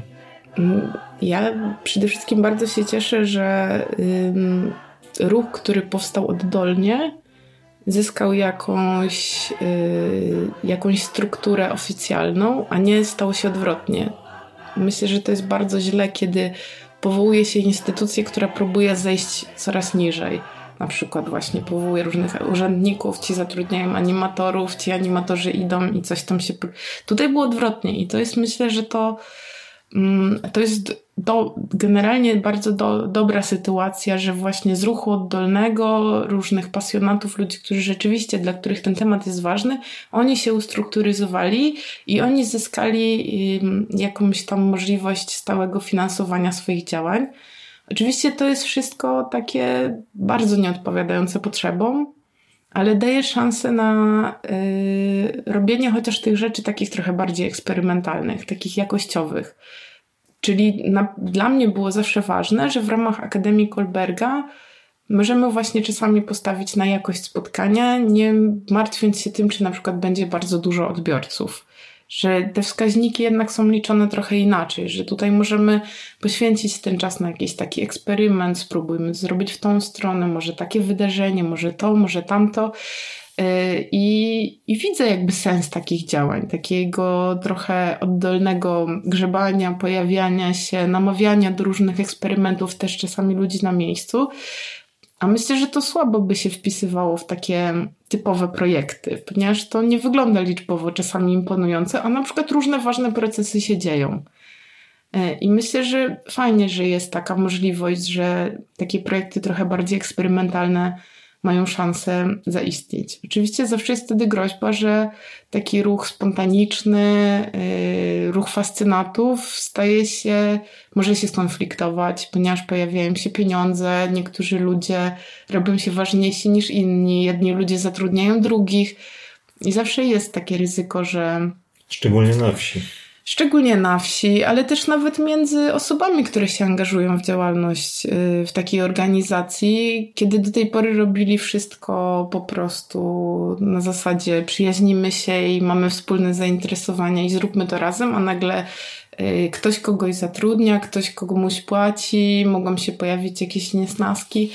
Ja przede wszystkim bardzo się cieszę, że ym, ruch, który powstał oddolnie, zyskał jakąś, yy, jakąś strukturę oficjalną, a nie stało się odwrotnie. Myślę, że to jest bardzo źle, kiedy powołuje się instytucję, która próbuje zejść coraz niżej. Na przykład właśnie powołuje różnych urzędników, ci zatrudniają animatorów, ci animatorzy idą i coś tam się... Tutaj było odwrotnie i to jest, myślę, że to to jest do, generalnie bardzo do, dobra sytuacja, że właśnie z ruchu oddolnego różnych pasjonatów, ludzi, którzy rzeczywiście, dla których ten temat jest ważny, oni się ustrukturyzowali i oni zyskali jakąś tam możliwość stałego finansowania swoich działań. Oczywiście to jest wszystko takie bardzo nieodpowiadające potrzebom, ale daje szansę na y, robienie chociaż tych rzeczy takich trochę bardziej eksperymentalnych, takich jakościowych. Czyli na, dla mnie było zawsze ważne, że w ramach Akademii Kolberga możemy właśnie czasami postawić na jakość spotkania, nie martwiąc się tym, czy na przykład będzie bardzo dużo odbiorców. Że te wskaźniki jednak są liczone trochę inaczej, że tutaj możemy poświęcić ten czas na jakiś taki eksperyment, spróbujmy zrobić w tą stronę, może takie wydarzenie, może to, może tamto. I, i widzę jakby sens takich działań, takiego trochę oddolnego grzebania, pojawiania się, namawiania do różnych eksperymentów też czasami ludzi na miejscu. A myślę, że to słabo by się wpisywało w takie typowe projekty, ponieważ to nie wygląda liczbowo czasami imponujące, a na przykład różne ważne procesy się dzieją. I myślę, że fajnie, że jest taka możliwość, że takie projekty trochę bardziej eksperymentalne mają szansę zaistnieć. Oczywiście zawsze jest wtedy groźba, że taki ruch spontaniczny, ruch fascynatów staje się, może się skonfliktować, ponieważ pojawiają się pieniądze, niektórzy ludzie robią się ważniejsi niż inni, jedni ludzie zatrudniają drugich i zawsze jest takie ryzyko, że... Szczególnie na wsi. Szczególnie na wsi, ale też nawet między osobami, które się angażują w działalność w takiej organizacji, kiedy do tej pory robili wszystko po prostu na zasadzie przyjaźnimy się i mamy wspólne zainteresowania i zróbmy to razem, a nagle ktoś kogoś zatrudnia, ktoś komuś płaci, mogą się pojawić jakieś niesnaski.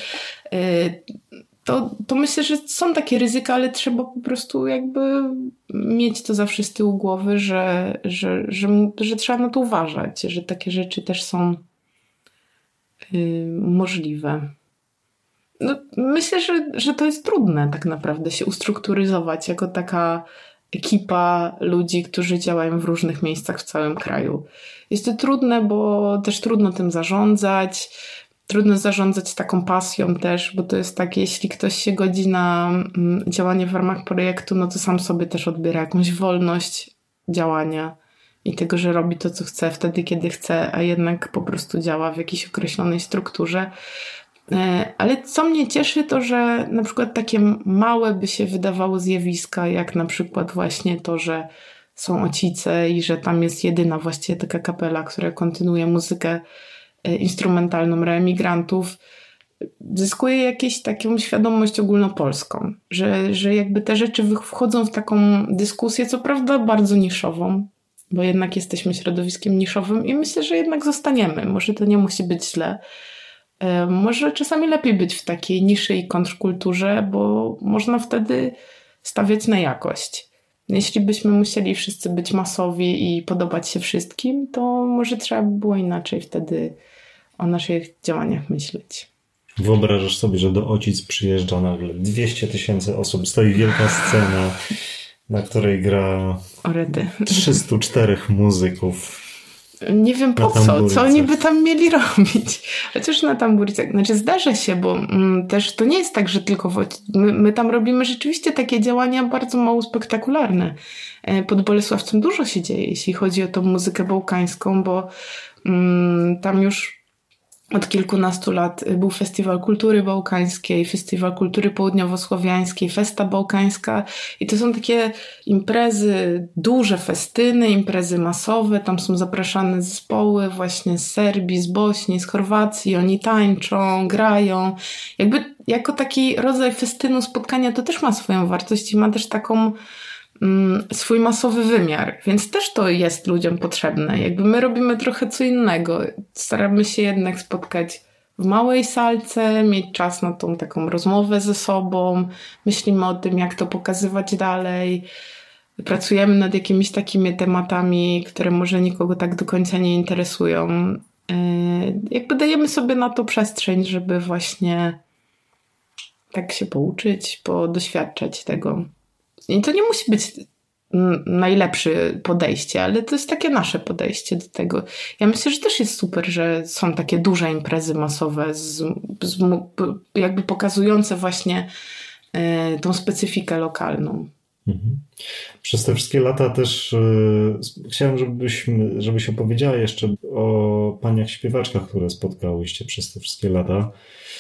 To, to myślę, że są takie ryzyka, ale trzeba po prostu jakby mieć to zawsze z tyłu głowy, że, że, że, że trzeba na to uważać, że takie rzeczy też są yy, możliwe. No, myślę, że, że to jest trudne tak naprawdę się ustrukturyzować jako taka ekipa ludzi, którzy działają w różnych miejscach w całym kraju. Jest to trudne, bo też trudno tym zarządzać. Trudno zarządzać taką pasją też, bo to jest tak, jeśli ktoś się godzi na działanie w ramach projektu, no to sam sobie też odbiera jakąś wolność działania i tego, że robi to, co chce wtedy, kiedy chce, a jednak po prostu działa w jakiejś określonej strukturze. Ale co mnie cieszy, to że na przykład takie małe by się wydawało zjawiska, jak na przykład właśnie to, że są Ocice i że tam jest jedyna właściwie taka kapela, która kontynuuje muzykę instrumentalną reemigrantów, zyskuje jakąś taką świadomość ogólnopolską, że, że jakby te rzeczy wchodzą w taką dyskusję, co prawda bardzo niszową, bo jednak jesteśmy środowiskiem niszowym i myślę, że jednak zostaniemy. Może to nie musi być źle. Może czasami lepiej być w takiej niszy i kontrkulturze, bo można wtedy stawiać na jakość. Jeśli byśmy musieli wszyscy być masowi i podobać się wszystkim, to może trzeba by było inaczej wtedy o naszych działaniach myśleć. Wyobrażasz sobie, że do Ocic przyjeżdża nagle dwieście tysięcy osób, stoi wielka scena, na której gra Orety. trzystu czterech muzyków. Nie wiem po co, co oni by tam mieli robić. Chociaż na tamburicach, znaczy zdarza się, bo mm, też to nie jest tak, że tylko w, my, my tam robimy rzeczywiście takie działania bardzo mało spektakularne. Pod Bolesławcem dużo się dzieje, jeśli chodzi o tą muzykę bałkańską, bo mm, tam już od kilkunastu lat był Festiwal Kultury Bałkańskiej, Festiwal Kultury Południowosłowiańskiej, Festa Bałkańska i to są takie imprezy, duże festyny, imprezy masowe, tam są zapraszane zespoły właśnie z Serbii, z Bośni, z Chorwacji, oni tańczą, grają. Jakby jako taki rodzaj festynu, spotkania to też ma swoją wartość i ma też taką swój masowy wymiar, więc też to jest ludziom potrzebne. Jakby my robimy trochę co innego. Staramy się jednak spotkać w małej salce, mieć czas na tą taką rozmowę ze sobą, myślimy o tym, jak to pokazywać dalej. Pracujemy nad jakimiś takimi tematami, które może nikogo tak do końca nie interesują, jakby dajemy sobie na to przestrzeń, żeby właśnie tak się pouczyć, podoświadczać tego. I to nie musi być najlepsze podejście, ale to jest takie nasze podejście do tego. Ja myślę, że też jest super, że są takie duże imprezy masowe z, z, jakby pokazujące właśnie y, tą specyfikę lokalną. Mhm. Przez te wszystkie lata też y, chciałem, żebyśmy, żebyś opowiedziała jeszcze o paniach śpiewaczkach, które spotkałyście przez te wszystkie lata,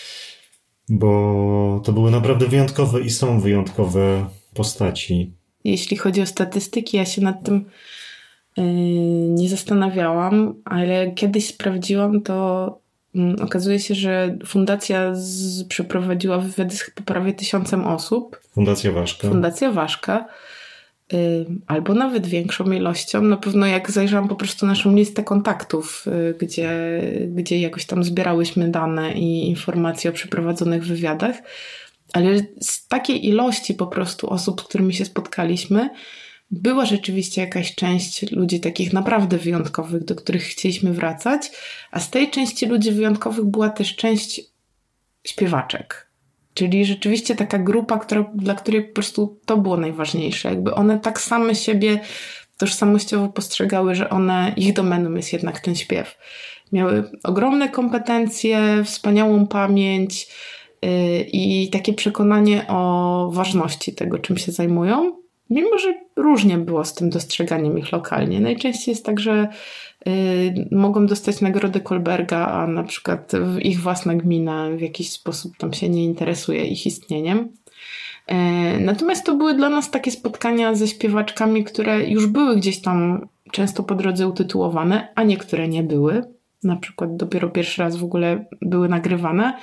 bo to były naprawdę wyjątkowe i są wyjątkowe postaci. Jeśli chodzi o statystyki, ja się nad tym yy, nie zastanawiałam, ale kiedyś sprawdziłam, to yy, okazuje się, że fundacja z, przeprowadziła wywiady z chyba prawie tysiącem osób. Fundacja Waszka. Fundacja Waszka. Yy, albo nawet większą ilością. Na pewno jak zajrzałam po prostu naszą listę kontaktów, yy, gdzie, gdzie jakoś tam zbierałyśmy dane i informacje o przeprowadzonych wywiadach, ale z takiej ilości po prostu osób, z którymi się spotkaliśmy, była rzeczywiście jakaś część ludzi takich naprawdę wyjątkowych, do których chcieliśmy wracać, a z tej części ludzi wyjątkowych była też część śpiewaczek. Czyli rzeczywiście taka grupa, która, dla której po prostu to było najważniejsze. Jakby one tak same siebie tożsamościowo postrzegały, że one, ich domeną jest jednak ten śpiew. Miały ogromne kompetencje, wspaniałą pamięć, i takie przekonanie o ważności tego, czym się zajmują, mimo że różnie było z tym dostrzeganiem ich lokalnie. Najczęściej jest tak, że y, mogą dostać nagrodę Kolberga, a na przykład ich własna gmina w jakiś sposób tam się nie interesuje ich istnieniem. Y, natomiast to były dla nas takie spotkania ze śpiewaczkami, które już były gdzieś tam często po drodze utytułowane, a niektóre nie były. Na przykład dopiero pierwszy raz w ogóle były nagrywane.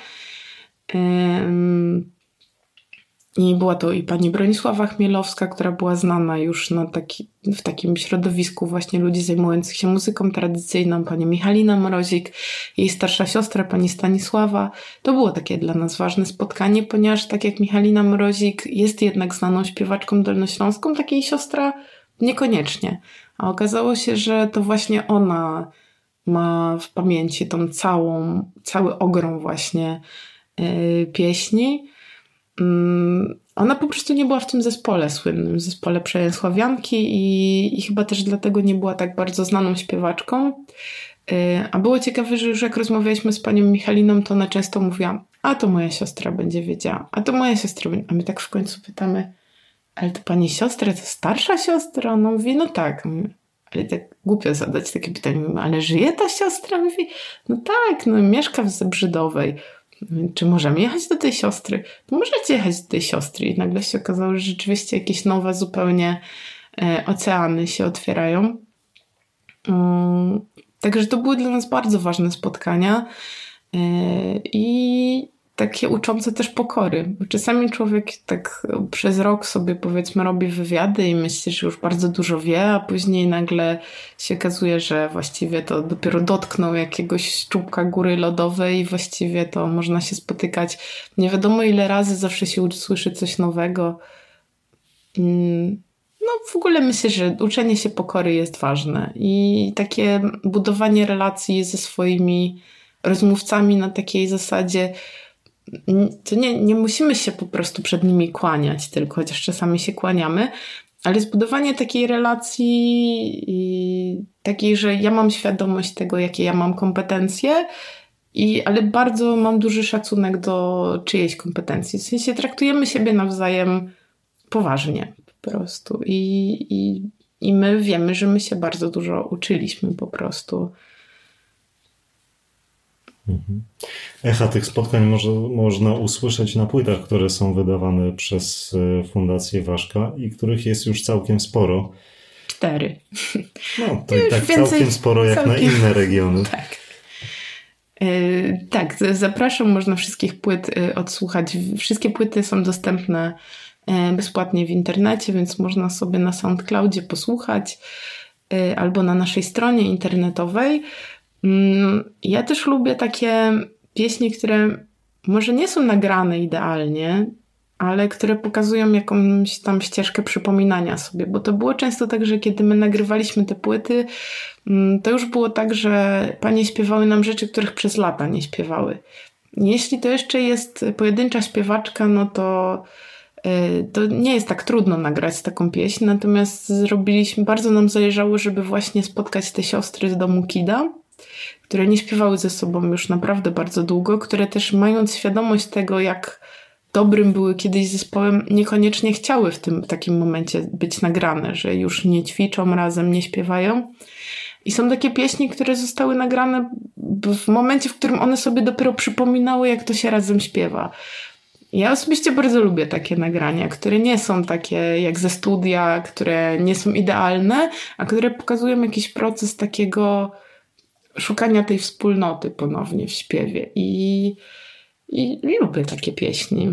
I była to i pani Bronisława Chmielowska, która była znana już na taki, w takim środowisku właśnie ludzi zajmujących się muzyką tradycyjną, pani Michalina Mrozik, jej starsza siostra, pani Stanisława. To było takie dla nas ważne spotkanie, ponieważ tak jak Michalina Mrozik jest jednak znaną śpiewaczką dolnośląską, tak jej siostra niekoniecznie. A okazało się, że to właśnie ona ma w pamięci tą całą, cały ogrom właśnie pieśni. Ona po prostu nie była w tym zespole słynnym, zespole Przejęsławianki i, i chyba też dlatego nie była tak bardzo znaną śpiewaczką. A było ciekawe, że już jak rozmawialiśmy z panią Michaliną, to ona często mówiła, a to moja siostra będzie wiedziała, a to moja siostra będzie. A my tak w końcu pytamy, ale to pani siostra, to starsza siostra? Ona mówi, no tak. Ale tak głupio zadać takie pytanie. Mówimy, ale żyje ta siostra? Mówi, no tak, no mieszka w Zebrzydowej. Czy możemy jechać do tej siostry? To możecie jechać do tej siostry. I nagle się okazało, że rzeczywiście jakieś nowe zupełnie e, oceany się otwierają. Um, także to były dla nas bardzo ważne spotkania e, i takie uczące też pokory. Bo czasami człowiek tak przez rok sobie powiedzmy robi wywiady i myśli, że już bardzo dużo wie, a później nagle się okazuje, że właściwie to dopiero dotknął jakiegoś czubka góry lodowej i właściwie to można się spotykać nie wiadomo ile razy, zawsze się usłyszy coś nowego. No w ogóle myślę, że uczenie się pokory jest ważne i takie budowanie relacji ze swoimi rozmówcami na takiej zasadzie, to nie, nie musimy się po prostu przed nimi kłaniać, tylko chociaż czasami się kłaniamy, ale zbudowanie takiej relacji i takiej, że ja mam świadomość tego, jakie ja mam kompetencje, i, ale bardzo mam duży szacunek do czyjejś kompetencji. W sensie traktujemy siebie nawzajem poważnie po prostu i, i, i my wiemy, że my się bardzo dużo uczyliśmy po prostu. Echa tych spotkań może, można usłyszeć na płytach, które są wydawane przez Fundację Waszka i których jest już całkiem sporo. Cztery. No, to i tak więcej, całkiem sporo jak całkiem, na inne regiony. Tak. Yy, tak, zapraszam, można wszystkich płyt yy, odsłuchać. Wszystkie płyty są dostępne yy, bezpłatnie w internecie, więc można sobie na SoundCloudzie posłuchać yy, albo na naszej stronie internetowej. Ja też lubię takie pieśni, które może nie są nagrane idealnie, ale które pokazują jakąś tam ścieżkę przypominania sobie, bo to było często tak, że kiedy my nagrywaliśmy te płyty, to już było tak, że panie śpiewały nam rzeczy, których przez lata nie śpiewały. Jeśli to jeszcze jest pojedyncza śpiewaczka, no to to nie jest tak trudno nagrać taką pieśń, natomiast zrobiliśmy, bardzo nam zależało, żeby właśnie spotkać te siostry z domu Kida, które nie śpiewały ze sobą już naprawdę bardzo długo, które też mając świadomość tego, jak dobrym były kiedyś zespołem, niekoniecznie chciały w tym takim momencie być nagrane, że już nie ćwiczą razem, nie śpiewają. I są takie pieśni, które zostały nagrane w momencie, w którym one sobie dopiero przypominały, jak to się razem śpiewa. Ja osobiście bardzo lubię takie nagrania, które nie są takie jak ze studia, które nie są idealne, a które pokazują jakiś proces takiego szukania tej wspólnoty ponownie w śpiewie. I, i, i lubię takie pieśni.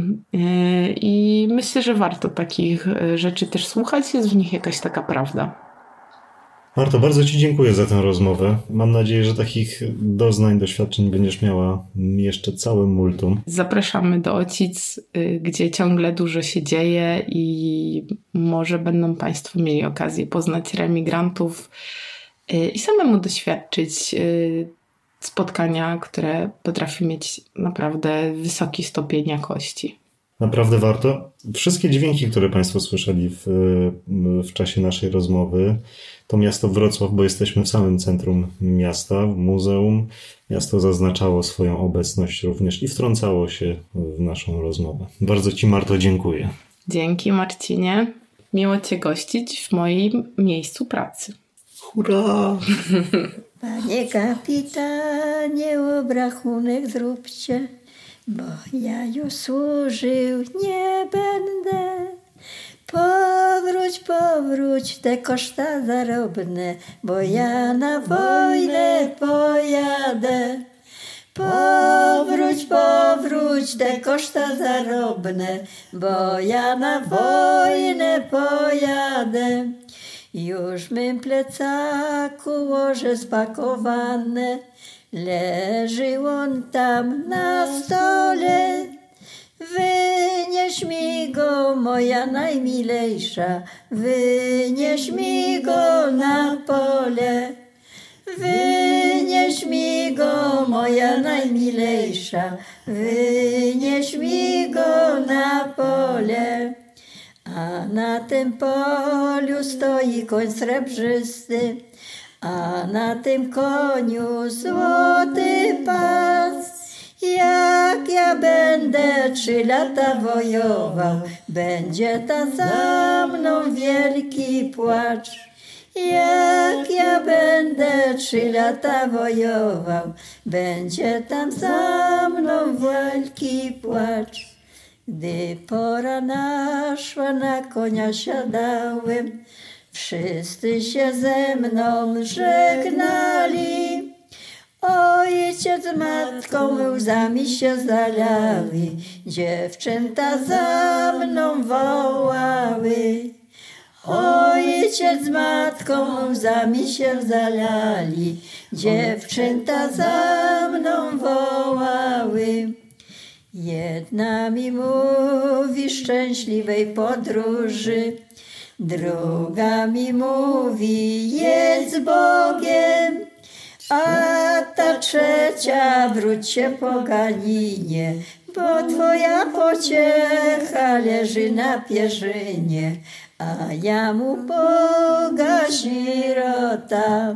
I myślę, że warto takich rzeczy też słuchać. Jest w nich jakaś taka prawda. Marto, bardzo Ci dziękuję za tę rozmowę. Mam nadzieję, że takich doznań, doświadczeń będziesz miała jeszcze całe multum. Zapraszamy do Ocic, gdzie ciągle dużo się dzieje i może będą Państwo mieli okazję poznać reemigrantów i samemu doświadczyć spotkania, które potrafi mieć naprawdę wysoki stopień jakości. Naprawdę warto. Wszystkie dźwięki, które Państwo słyszeli w, w czasie naszej rozmowy, to miasto Wrocław, bo jesteśmy w samym centrum miasta, w muzeum. Miasto zaznaczało swoją obecność również i wtrącało się w naszą rozmowę. Bardzo Ci, Marto, dziękuję. Dzięki, Marcinie. Miło Cię gościć w moim miejscu pracy. Hurra! Panie kapitanie, obrachunek zróbcie, bo ja już służył nie będę. Powróć, powróć, te koszta zarobne, bo ja na wojnę pojadę. Powróć, powróć, te koszta zarobne, bo ja na wojnę pojadę. Już mym plecaku łoże spakowane, leży on tam na stole. Wynieś mi go, moja najmilejsza, wynieś mi go na pole. Wynieś mi go, moja najmilejsza, wynieś mi go na pole. A na tym polu stoi koń srebrzysty, a na tym koniu złoty pas. Jak ja będę trzy lata wojował, będzie tam za mną wielki płacz. Jak ja będę trzy lata wojował, będzie tam za mną wielki płacz. Gdy pora naszła, na konia siadałem, wszyscy się ze mną żegnali. Ojciec z matką łzami się zalały, dziewczęta za mną wołały. Ojciec z matką łzami się zalali, dziewczęta za mną wołały. Jedna mi mówi szczęśliwej podróży, druga mi mówi jedź z Bogiem, a ta trzecia wróć się poganinie, bo twoja pociecha leży na pierzynie, a ja mu Boga sirota.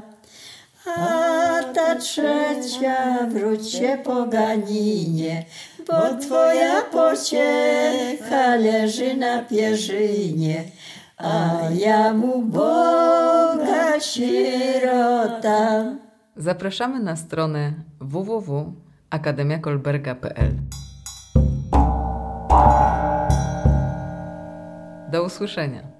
A ta trzecia wróć się poganinie, bo twoja pociecha leży na pierzynie, a ja mu Boga sirota. Zapraszamy na stronę w w w kropka akademia kolberga kropka p l. Do usłyszenia.